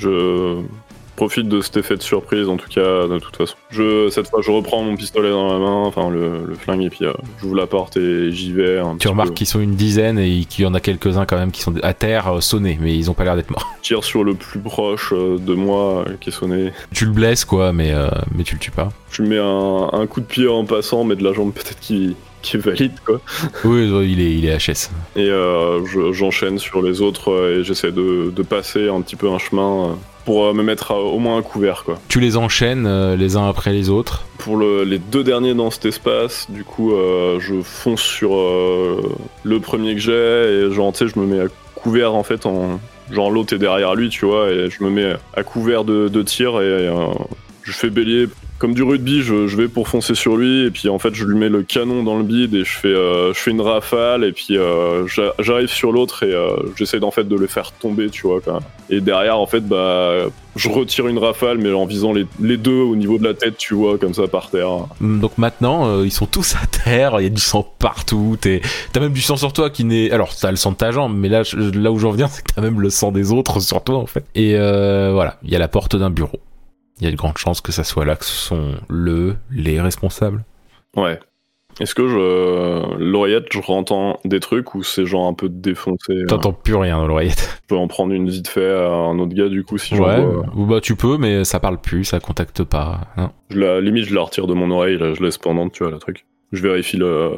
Je profite de cet effet de surprise, en tout cas, de toute façon. Je, cette fois, je reprends mon pistolet dans la main, enfin le, le flingue, et puis euh, j'ouvre la porte et j'y vais. Un Tu petit remarques peu. qu'ils sont une dizaine et qu'il y en a quelques-uns quand même qui sont à terre euh, sonnés, mais ils ont pas l'air d'être morts. Je tire sur le plus proche euh, de moi euh, qui est sonné. Tu le blesses quoi, mais euh, mais tu le tues pas. Je lui mets un, un coup de pied en passant, mais de la jambe peut-être qui, qui est valide, quoi. Oui, il est il est H S. Et euh, je- j'enchaîne sur les autres euh, et j'essaie de, de passer un petit peu un chemin euh, pour euh, me mettre à, au moins un couvert, quoi. Tu les enchaînes euh, les uns après les autres. Pour le- les deux derniers dans cet espace, du coup, euh, je fonce sur euh, le premier que j'ai et genre, tu sais, je me mets à couvert en fait, en genre l'autre est derrière lui, tu vois, et je me mets à couvert de, de tir et euh, je fais bélier. Comme du rugby, je, je vais pour foncer sur lui et puis en fait je lui mets le canon dans le bide et je fais, euh, je fais une rafale et puis euh, j'a- j'arrive sur l'autre et euh, j'essaie en fait de le faire tomber, tu vois, quoi. Et derrière en fait bah je retire une rafale mais en visant les, les deux au niveau de la tête, tu vois, comme ça par terre. Donc maintenant, euh, ils sont tous à terre, il y a du sang partout, t'es... t'as même du sang sur toi qui n'est... Alors, t'as le sang de ta jambe, mais là, je- là où j'en viens, c'est que t'as même le sang des autres sur toi, en fait. Et euh, voilà, il y a la porte d'un bureau. Il y a de grandes chances que ça soit là que ce sont le, les responsables. Ouais. Est-ce que je l'oreillette, je entends des trucs ou c'est genre un peu défoncé? euh, T'entends plus rien dans l'oreillette. Je peux en prendre une vite fait à un autre gars du coup si j'en Ouais, vois. ou bah tu peux, mais ça parle plus, ça contacte pas. Hein. Je la, limite je la retire de mon oreille, là, je laisse pendante, tu vois, le truc. Je vérifie le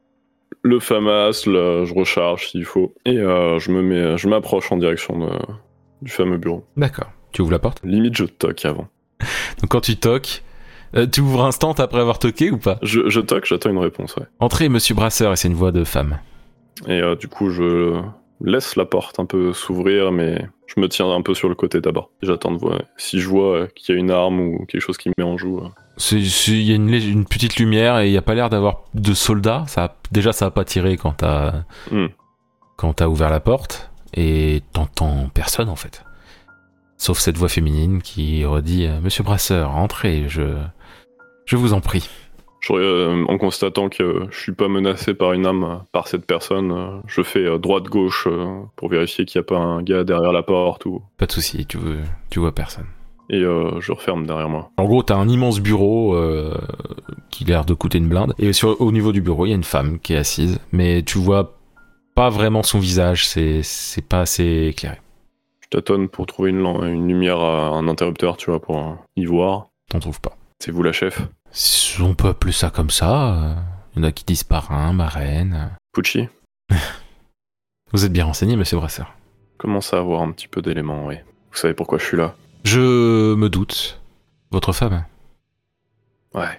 le FAMAS, le- je recharge s'il faut et euh, je me mets, je m'approche en direction de, du fameux bureau. D'accord. Tu ouvres la porte. Limite je toque avant. Donc quand tu toques, euh, tu ouvres instant après avoir toqué ou pas? Je, je toque, j'attends une réponse, ouais. Entrez, monsieur Brasseur, et c'est une voix de femme. Et euh, du coup je laisse la porte un peu s'ouvrir, mais je me tiens un peu sur le côté d'abord. J'attends de voir si je vois euh, qu'il y a une arme ou quelque chose qui me met en joue. euh. C'est- c'est- Il y a une, lég- une petite lumière et il n'y a pas l'air d'avoir de soldats. Ça a- déjà, ça a pas tiré quand t'as Hmm. quand t'as ouvert la porte et t'entends personne en fait. Sauf cette voix féminine qui redit euh, Monsieur Brasseur, entrez, je, je vous en prie. Je, euh, en constatant que je suis pas menacé par une âme, euh, par cette personne, euh, je fais euh, droite-gauche euh, pour vérifier qu'il n'y a pas un gars derrière la porte ou... Pas de souci, tu, veux- tu vois personne. et euh, je referme derrière moi. En gros, t'as un immense bureau euh, qui a l'air de coûter une blinde. Et sur, au niveau du bureau, il y a une femme qui est assise. Mais tu vois pas vraiment son visage, c'est, c'est pas assez éclairé. Je tâtonne pour trouver une, lam- une lumière à un interrupteur, tu vois, pour euh, y voir. T'en trouves pas. C'est vous la chef? On peut appeler ça comme ça. Il y en a qui disent parrain, marraine. Pucci? Vous êtes bien renseigné, monsieur Brasseur. Commence à avoir un petit peu d'éléments, oui. Vous savez pourquoi je suis là? Je me doute. Votre femme? Ouais.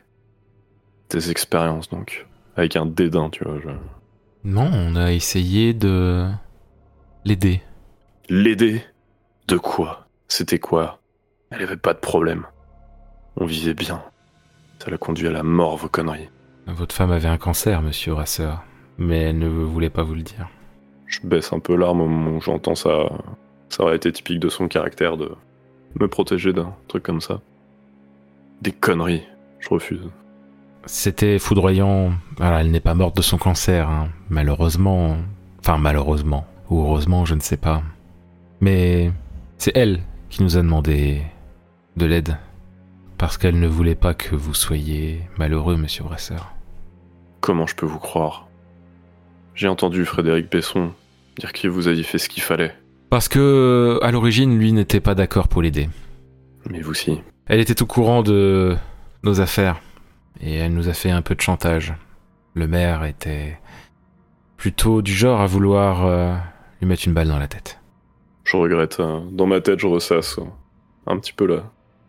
Des expériences, donc. Avec un dédain, tu vois. Je... Non, on a essayé de l'aider. L'aider? De quoi? C'était quoi? Elle avait pas de problème. On vivait bien. Ça l'a conduit à la mort, vos conneries. Votre femme avait un cancer, monsieur Brasseur, mais elle ne voulait pas vous le dire. Je baisse un peu l'arme au moment où j'entends ça. Ça aurait été typique de son caractère de me protéger d'un truc comme ça. Des conneries. Je refuse. C'était foudroyant. Voilà, elle n'est pas morte de son cancer, hein. Malheureusement. Enfin, malheureusement. Ou heureusement, je ne sais pas. Mais c'est elle qui nous a demandé de l'aide. Parce qu'elle ne voulait pas que vous soyez malheureux, monsieur Brasseur. Comment je peux vous croire? J'ai entendu Frédéric Besson dire que vous aviez fait ce qu'il fallait. Parce que, à l'origine, lui n'était pas d'accord pour l'aider. Mais vous si. Elle était au courant de nos affaires. Et elle nous a fait un peu de chantage. Le maire était plutôt du genre à vouloir euh, lui mettre une balle dans la tête. Je regrette. Hein. Dans ma tête, je ressasse hein. un petit peu là.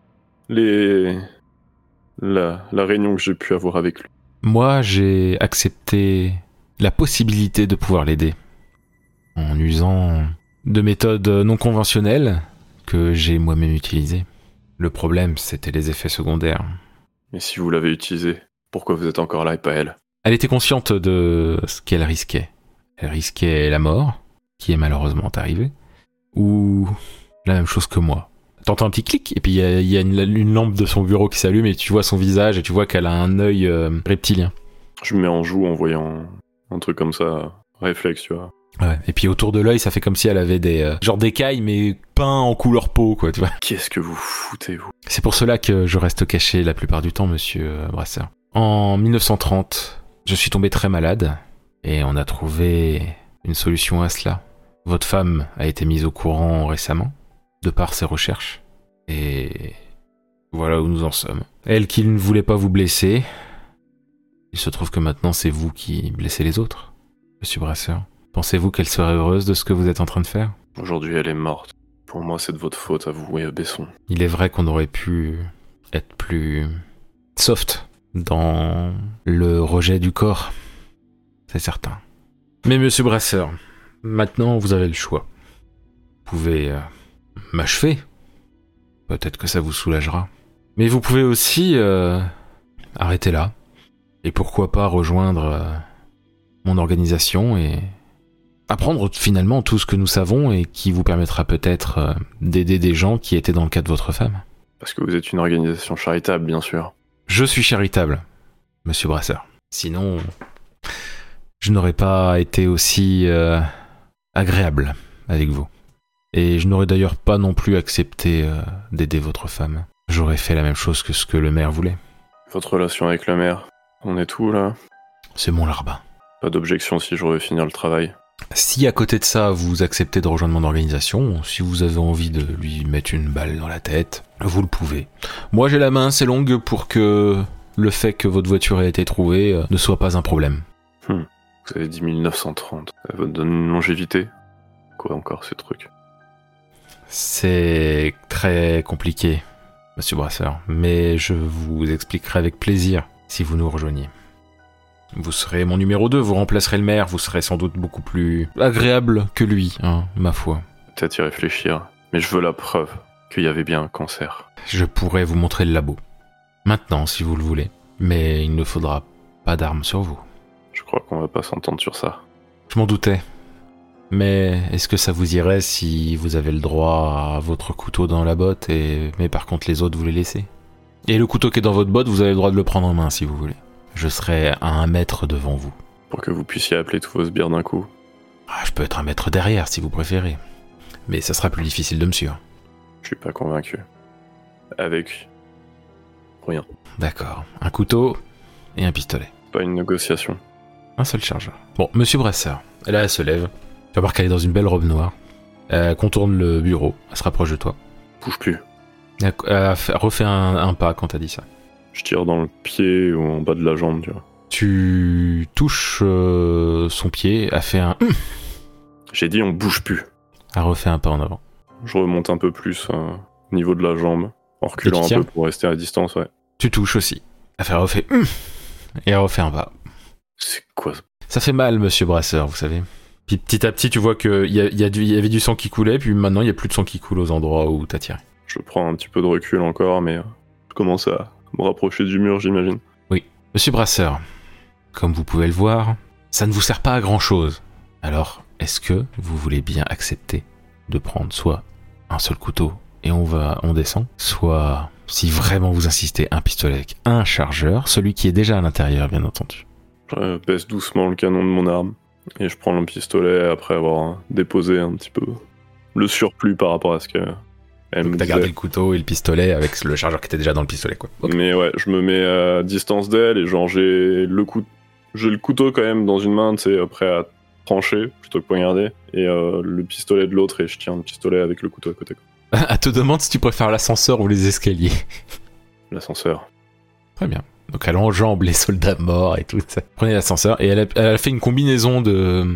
Les... La, la réunion que j'ai pu avoir avec lui. Moi, j'ai accepté la possibilité de pouvoir l'aider. En usant de méthodes non conventionnelles que j'ai moi-même utilisées. Le problème, c'était les effets secondaires. Et si vous l'avez utilisé, pourquoi vous êtes encore là et pas elle? Elle était consciente de ce qu'elle risquait. Elle risquait la mort, qui est malheureusement arrivée, ou la même chose que moi. T'entends un petit clic, et puis il y a, y a une, une lampe de son bureau qui s'allume, et tu vois son visage, et tu vois qu'elle a un œil euh, reptilien. Je me mets en joue en voyant un truc comme ça, réflexe, tu vois. Ouais. Et puis autour de l'œil, ça fait comme si elle avait des euh, genre d'écailles, mais peints en couleur peau, quoi, tu vois. Qu'est-ce que vous foutez, vous? C'est pour cela que je reste caché la plupart du temps, monsieur Brasseur. En mille neuf cent trente, je suis tombé très malade, et on a trouvé une solution à cela. Votre femme a été mise au courant récemment, de par ses recherches, et voilà où nous en sommes. Elle qui ne voulait pas vous blesser, il se trouve que maintenant c'est vous qui blessez les autres, monsieur Brasseur. Pensez-vous qu'elle serait heureuse de ce que vous êtes en train de faire? Aujourd'hui, elle est morte. Pour moi, c'est de votre faute, à vous et à Besson. Il est vrai qu'on aurait pu être plus soft dans le rejet du corps. C'est certain. Mais monsieur Brasseur, maintenant vous avez le choix. Vous pouvez euh, m'achever. Peut-être que ça vous soulagera. Mais vous pouvez aussi euh, arrêter là. Et pourquoi pas rejoindre euh, mon organisation et apprendre finalement tout ce que nous savons et qui vous permettra peut-être euh, d'aider des gens qui étaient dans le cas de votre femme. Parce que vous êtes une organisation charitable, bien sûr. Je suis charitable, monsieur Brasseur. Sinon, je n'aurais pas été aussi euh, agréable avec vous. Et je n'aurais d'ailleurs pas non plus accepté euh, d'aider votre femme. J'aurais fait la même chose que ce que le maire voulait. Votre relation avec le maire, on est où, là? C'est mon larbin. Pas d'objection si je veux finir le travail. Si à côté de ça, vous acceptez de rejoindre mon organisation, si vous avez envie de lui mettre une balle dans la tête, vous le pouvez. Moi, j'ai la main assez longue pour que le fait que votre voiture ait été trouvée euh, ne soit pas un problème. Hmm. Vous avez dit mille neuf cent trente. Ça vous donne une longévité? Quoi encore, ces trucs? C'est très compliqué, monsieur Brasseur, mais je vous expliquerai avec plaisir si vous nous rejoignez. Vous serez mon numéro deux, vous remplacerez le maire, vous serez sans doute beaucoup plus agréable que lui, hein, ma foi. Peut-être y réfléchir, mais je veux la preuve qu'il y avait bien un cancer. Je pourrais vous montrer le labo. Maintenant, si vous le voulez. Mais il ne faudra pas d'armes sur vous. Je crois qu'on va pas s'entendre sur ça. Je m'en doutais. Mais est-ce que ça vous irait si vous avez le droit à votre couteau dans la botte, et mais par contre les autres vous les laissez? Et le couteau qui est dans votre botte, vous avez le droit de le prendre en main si vous voulez. Je serai à un mètre devant vous. Pour que vous puissiez appeler tous vos sbires d'un coup. Ah, je peux être un mètre derrière si vous préférez. Mais ça sera plus difficile de me suivre. Je suis pas convaincu. Avec... rien. D'accord. Un couteau et un pistolet. Pas une négociation. Un seul chargeur. Bon, monsieur Brasseur, Et là, elle se lève. Tu vas voir qu'elle est dans une belle robe noire. Elle contourne le bureau. Elle se rapproche de toi. Bouge plus. Elle, elle refait un, un pas quand t'as dit ça. Je tire dans le pied ou en bas de la jambe, tu vois. Tu touches euh, son pied. Elle fait un... J'ai dit on bouge plus. Elle refait un pas en avant. Je remonte un peu plus euh, au niveau de la jambe. En reculant un peu pour rester à distance, ouais. Tu touches aussi. Elle fait refait... Et elle refait un pas. C'est quoi ça? Ça fait mal, monsieur Brasseur, vous savez. Puis petit à petit, tu vois qu'il y, a, y, a y avait du sang qui coulait, puis maintenant, il n'y a plus de sang qui coule aux endroits où t'as tiré. Je prends un petit peu de recul encore, mais je commence à me rapprocher du mur, j'imagine. Oui. Monsieur Brasseur, comme vous pouvez le voir, ça ne vous sert pas à grand-chose. Alors, est-ce que vous voulez bien accepter de prendre soit un seul couteau et on va, on descend, soit, si vraiment vous insistez, un pistolet avec un chargeur, celui qui est déjà à l'intérieur, bien entendu. Je baisse doucement le canon de mon arme et je prends le pistolet après avoir déposé un petit peu le surplus par rapport à ce que elle me disait. T'as gardé le couteau et le pistolet avec le chargeur qui était déjà dans le pistolet, quoi. Okay. Mais ouais, je me mets à distance d'elle et genre j'ai le coup, j'ai le couteau quand même dans une main, tu sais, prêt à trancher plutôt que poignarder, et euh, le pistolet de l'autre et je tiens le pistolet avec le couteau à côté. Elle te demande si tu préfères l'ascenseur ou les escaliers. L'ascenseur. Très bien. Donc elle enjambe les soldats morts et tout ça. Prenez l'ascenseur et elle a, elle a fait une combinaison de,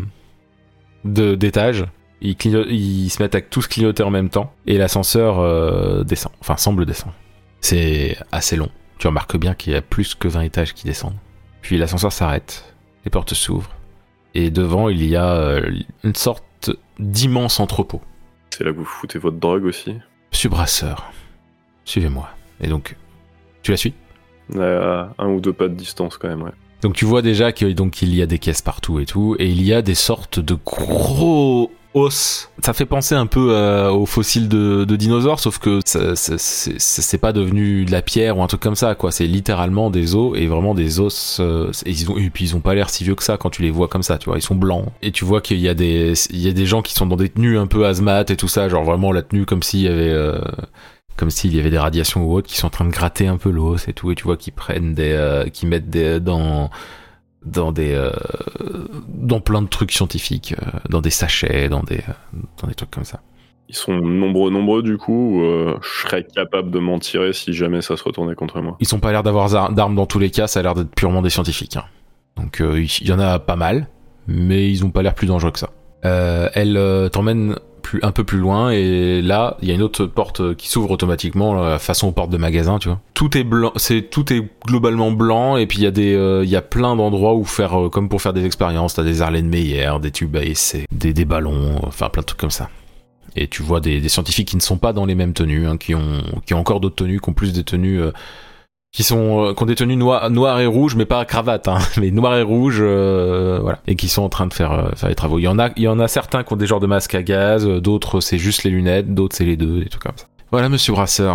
de d'étages. Ils, cligno- ils se mettent à tous clignoter en même temps et l'ascenseur euh, descend. Enfin, semble descendre. C'est assez long. Tu remarques bien qu'il y a plus que vingt étages qui descendent. Puis l'ascenseur s'arrête, les portes s'ouvrent et devant il y a euh, une sorte d'immense entrepôt. C'est là que vous foutez votre drogue aussi. Monsieur Brasseur, suivez-moi. Et donc, tu la suis ? À un ou deux pas de distance quand même, ouais. Donc tu vois déjà qu'il donc, il y a des caisses partout et tout, et il y a des sortes de gros os. Ça fait penser un peu euh, aux fossiles de, de dinosaures, sauf que ça, ça, c'est, c'est pas devenu de la pierre ou un truc comme ça, quoi. C'est littéralement des os, et vraiment des os. Euh, et, ils ont, et puis ils ont pas l'air si vieux que ça quand tu les vois comme ça, tu vois. Ils sont blancs. Et tu vois qu'il y a des, il y a des gens qui sont dans des tenues un peu hazmat et tout ça, genre vraiment la tenue comme s'il y avait... Euh, comme s'il y avait des radiations ou autres qui sont en train de gratter un peu l'os et tout, et tu vois qu'ils prennent des, euh, qu'ils mettent des dans dans des euh, dans plein de trucs scientifiques, euh, dans des sachets, dans des euh, dans des trucs comme ça. Ils sont nombreux nombreux du coup, ou euh, je serais capable de m'en tirer si jamais ça se retournait contre moi. Ils sont pas l'air d'avoir d'armes dans tous les cas, ça a l'air d'être purement des scientifiques. Hein. Donc euh, il y en a pas mal, mais ils ont pas l'air plus dangereux que ça. Euh, elle euh, t'emmène plus, un peu plus loin et là il y a une autre porte qui s'ouvre automatiquement là, façon porte de magasin, tu vois. Tout est blanc, c'est tout est globalement blanc et puis il y a des euh, il y a plein d'endroits où faire euh, comme pour faire des expériences, t'as des Erlenmeyer, des tubes à essai, des des ballons, enfin plein de trucs comme ça. Et tu vois des, des scientifiques qui ne sont pas dans les mêmes tenues, hein, qui ont qui ont encore d'autres tenues, qui ont plus des tenues euh, qui sont euh, qui ont des tenues noires noires et rouges, mais pas à cravate, hein, mais noires et rouges, euh, voilà, et qui sont en train de faire euh, faire les travaux. Il y en a il y en a certains qui ont des genres de masques à gaz, d'autres c'est juste les lunettes, d'autres c'est les deux, des trucs comme ça. Voilà, monsieur Brasseur,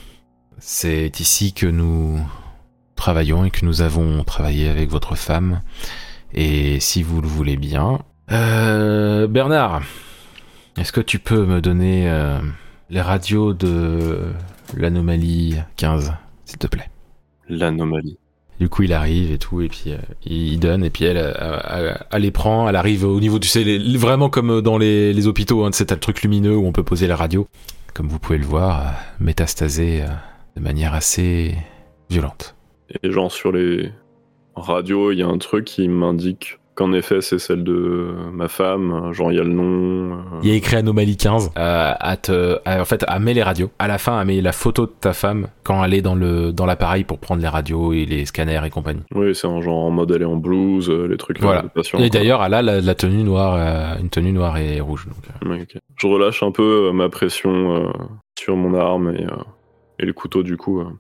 c'est ici que nous travaillons et que nous avons travaillé avec votre femme. Et si vous le voulez bien, euh, Bernard, est-ce que tu peux me donner euh, les radios de l'anomalie quinze, s'il te plaît? L'anomalie. Du coup, il arrive et tout, et puis euh, il donne, et puis elle, elle, elle, elle les prend, elle arrive au niveau, tu sais, les, vraiment comme dans les, les hôpitaux, hein, tu sais, t'as le truc lumineux où on peut poser la radio. Comme vous pouvez le voir, euh, métastasé euh, de manière assez violente. Et genre sur les radios, il y a un truc qui m'indique qu'en effet c'est celle de ma femme, genre il y a le nom. Euh... Il y a écrit Anomalie quinze, euh, à te, à, en fait, elle met les radios. À la fin, elle met la photo de ta femme quand elle est dans le dans l'appareil pour prendre les radios et les scanners et compagnie. Oui, c'est un genre en mode elle est en blues, les trucs voilà. de patient. Et d'ailleurs, elle a la, la tenue noire, euh, une tenue noire et rouge. Donc, euh... ouais, okay. Je relâche un peu euh, ma pression euh, sur mon arme et, euh, et le couteau du coup. Euh.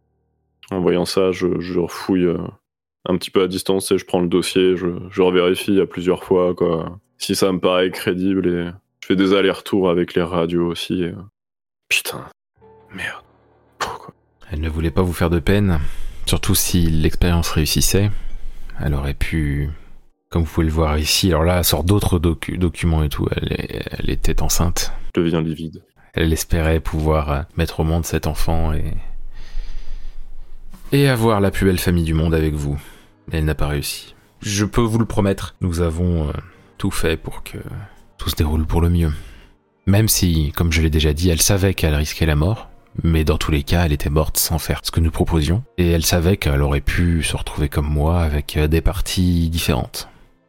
En voyant ça, je, je refouille. Euh... un petit peu à distance, et je prends le dossier, je, je revérifie à plusieurs fois, quoi. Si ça me paraît crédible, et je fais des allers-retours avec les radios aussi. Et... Putain, merde. Pourquoi ? Elle ne voulait pas vous faire de peine, surtout si l'expérience réussissait. Elle aurait pu, comme vous pouvez le voir ici, alors là, elle sort d'autres docu- documents et tout, elle, est, elle était enceinte. Je deviens livide. Elle espérait pouvoir mettre au monde cet enfant et... et avoir la plus belle famille du monde avec vous. Mais elle n'a pas réussi. Je peux vous le promettre, nous avons euh, tout fait pour que tout se déroule pour le mieux. Même si, comme je l'ai déjà dit, elle savait qu'elle risquait la mort, mais dans tous les cas, elle était morte sans faire ce que nous proposions, et elle savait qu'elle aurait pu se retrouver comme moi avec des parties différentes.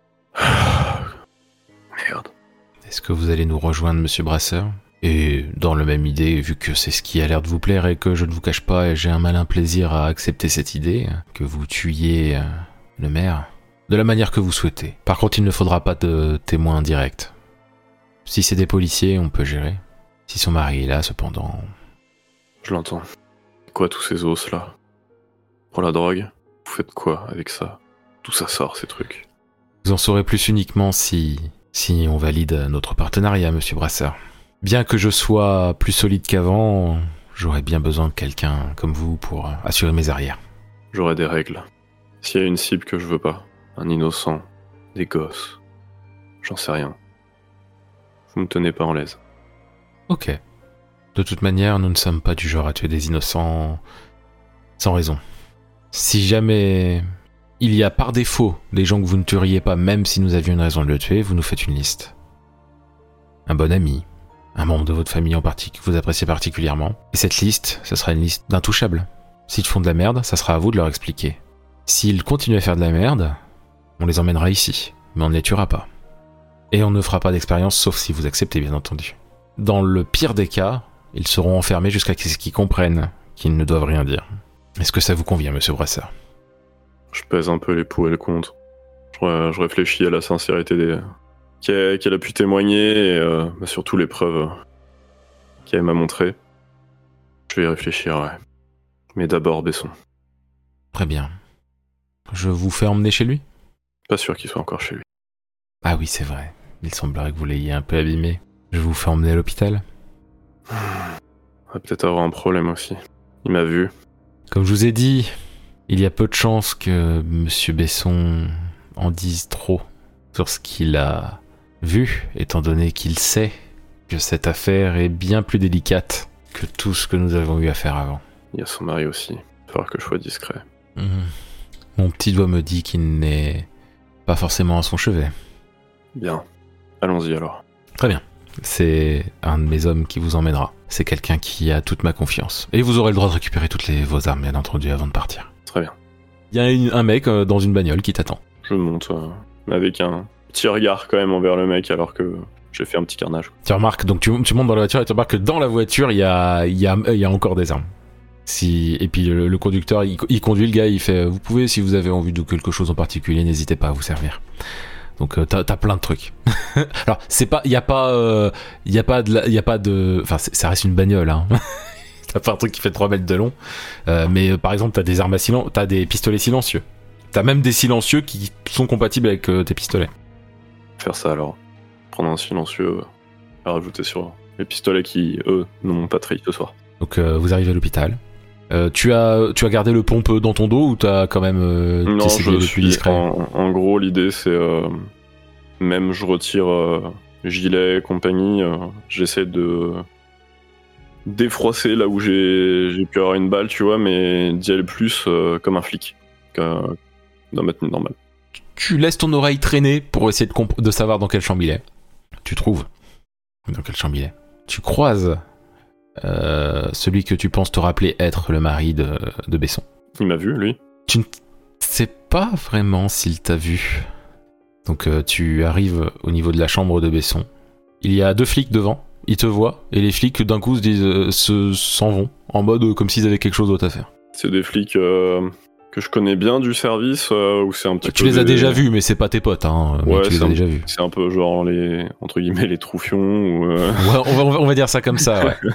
Merde. Est-ce que vous allez nous rejoindre, monsieur Brasseur ? Et dans la même idée, vu que c'est ce qui a l'air de vous plaire et que je ne vous cache pas, et j'ai un malin plaisir à accepter cette idée, que vous tuiez le maire, de la manière que vous souhaitez. Par contre, il ne faudra pas de témoins directs. Si c'est des policiers, on peut gérer. Si son mari est là, cependant... Je l'entends. Quoi tous ces os là ? Pour la drogue ? Vous faites quoi avec ça ? D'où ça sort ces trucs ? Vous en saurez plus uniquement si... si on valide notre partenariat, monsieur Brasseur. Bien que je sois plus solide qu'avant, j'aurais bien besoin de quelqu'un comme vous pour assurer mes arrières. J'aurai des règles. S'il y a une cible que je veux pas, un innocent, des gosses, j'en sais rien. Vous me tenez pas en l'aise. Ok. De toute manière, nous ne sommes pas du genre à tuer des innocents sans raison. Si jamais il y a par défaut des gens que vous ne tueriez pas, même si nous avions une raison de le tuer, vous nous faites une liste. Un bon ami, un membre de votre famille en particulier que vous appréciez particulièrement. Et cette liste, ce sera une liste d'intouchables. S'ils font de la merde, ça sera à vous de leur expliquer. S'ils continuent à faire de la merde, on les emmènera ici, mais on ne les tuera pas. Et on ne fera pas d'expérience, sauf si vous acceptez, bien entendu. Dans le pire des cas, ils seront enfermés jusqu'à ce qu'ils comprennent qu'ils ne doivent rien dire. Est-ce que ça vous convient, monsieur Brasseur ? Je pèse un peu les pour et le contre. Je, je réfléchis à la sincérité des... qu'elle, qu'elle a pu témoigner et euh, bah surtout les preuves qu'elle m'a montrées. Je vais y réfléchir, ouais. Mais d'abord, Besson. Très bien. Je vous fais emmener chez lui ? Pas sûr qu'il soit encore chez lui. Ah oui, c'est vrai. Il semblerait que vous l'ayez un peu abîmé. Je vous fais emmener à l'hôpital ? On va peut-être avoir un problème aussi. Il m'a vu. Comme je vous ai dit, il y a peu de chances que monsieur Besson en dise trop sur ce qu'il a vu, étant donné qu'il sait que cette affaire est bien plus délicate que tout ce que nous avons eu à faire avant. Il y a son mari aussi. Il va falloir que je sois discret. Mmh. Mon petit doigt me dit qu'il n'est pas forcément à son chevet. Bien. Allons-y alors. Très bien. C'est un de mes hommes qui vous emmènera. C'est quelqu'un qui a toute ma confiance. Et vous aurez le droit de récupérer toutes les, vos armes, bien entendu, avant de partir. Très bien. Il y a une, un mec euh, dans une bagnole qui t'attend. Je monte euh, avec un petit regard quand même envers le mec alors que j'ai fait un petit carnage. Tu remarques, donc tu, tu montes dans la voiture et tu remarques que dans la voiture, il y a, il y a, il y a encore des armes. Si, et puis le, le conducteur, il, il conduit le gars, il fait « Vous pouvez, si vous avez envie de quelque chose en particulier, n'hésitez pas à vous servir. » Donc euh, t'as, t'as plein de trucs. Alors c'est pas, il y a pas, il euh, y a pas de, il y a pas de, enfin ça reste une bagnole, hein. T'as pas un truc qui fait trois mètres de long, euh, mais euh, par exemple t'as des armes à silencieux, t'as des pistolets silencieux. T'as même des silencieux qui sont compatibles avec euh, tes pistolets. Faire ça alors, prendre un silencieux à rajouter sur les pistolets qui eux n'ont pas tri ce soir. Donc euh, vous arrivez à l'hôpital. Euh, tu as tu as gardé le pompeux dans ton dos ou t'as quand même euh, non, essayé je de suis plus discret. En, en gros, l'idée c'est euh, même je retire euh, gilet, compagnie, euh, j'essaie de défroisser là où j'ai j'ai pu avoir une balle, tu vois, mais d'y aller plus euh, comme un flic, que dans ma tenue normale. Tu laisses ton oreille traîner pour essayer de comp- de savoir dans quelle chambre il est. Tu trouves dans quelle chambre il est. Tu croises. Euh, celui que tu penses te rappeler être le mari de, de Besson. Il m'a vu, lui. Tu ne sais pas vraiment s'il t'a vu. Donc euh, tu arrives au niveau de la chambre de Besson. Il y a deux flics devant, ils te voient, et les flics d'un coup se disent, euh, se, s'en vont, en mode euh, comme s'ils avaient quelque chose d'autre à faire. C'est des flics euh, que je connais bien du service, euh, ou c'est un petit tu peu... les as des... déjà vus, mais c'est pas tes potes, hein, mais ouais, tu les as un... déjà vus. C'est un peu genre les, entre guillemets, les troufions, ou... Euh... Ouais, on va, on va dire ça comme ça, ouais.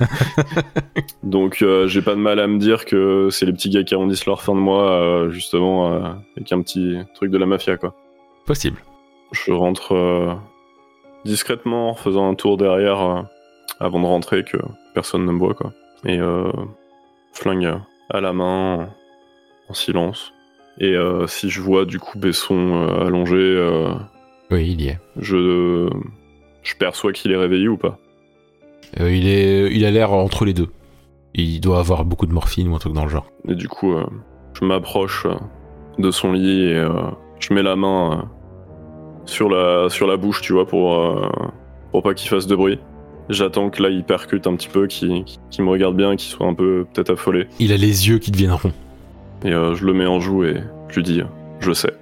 Donc euh, j'ai pas de mal à me dire que c'est les petits gars qui arrondissent leur fin de mois, euh, justement, euh, avec un petit truc de la mafia, quoi. Possible. Je rentre euh, discrètement en faisant un tour derrière euh, avant de rentrer, que personne ne me voit, quoi. Et euh, flingue à la main, en silence. Et euh, si je vois du coup Besson euh, allongé, euh, oui, il y est. Je, je perçois qu'il est réveillé ou pas. Euh, il est, il a l'air entre les deux. Il doit avoir beaucoup de morphine ou un truc dans le genre. Et du coup, euh, je m'approche de son lit et euh, je mets la main euh, sur la, sur la bouche, tu vois, pour, euh, pour pas qu'il fasse de bruit. J'attends que là, il percute un petit peu, qu'il, qu'il me regarde bien, qu'il soit un peu peut-être affolé. Il a les yeux qui deviennent ronds. Et euh, je le mets en joue et je lui dis, je sais.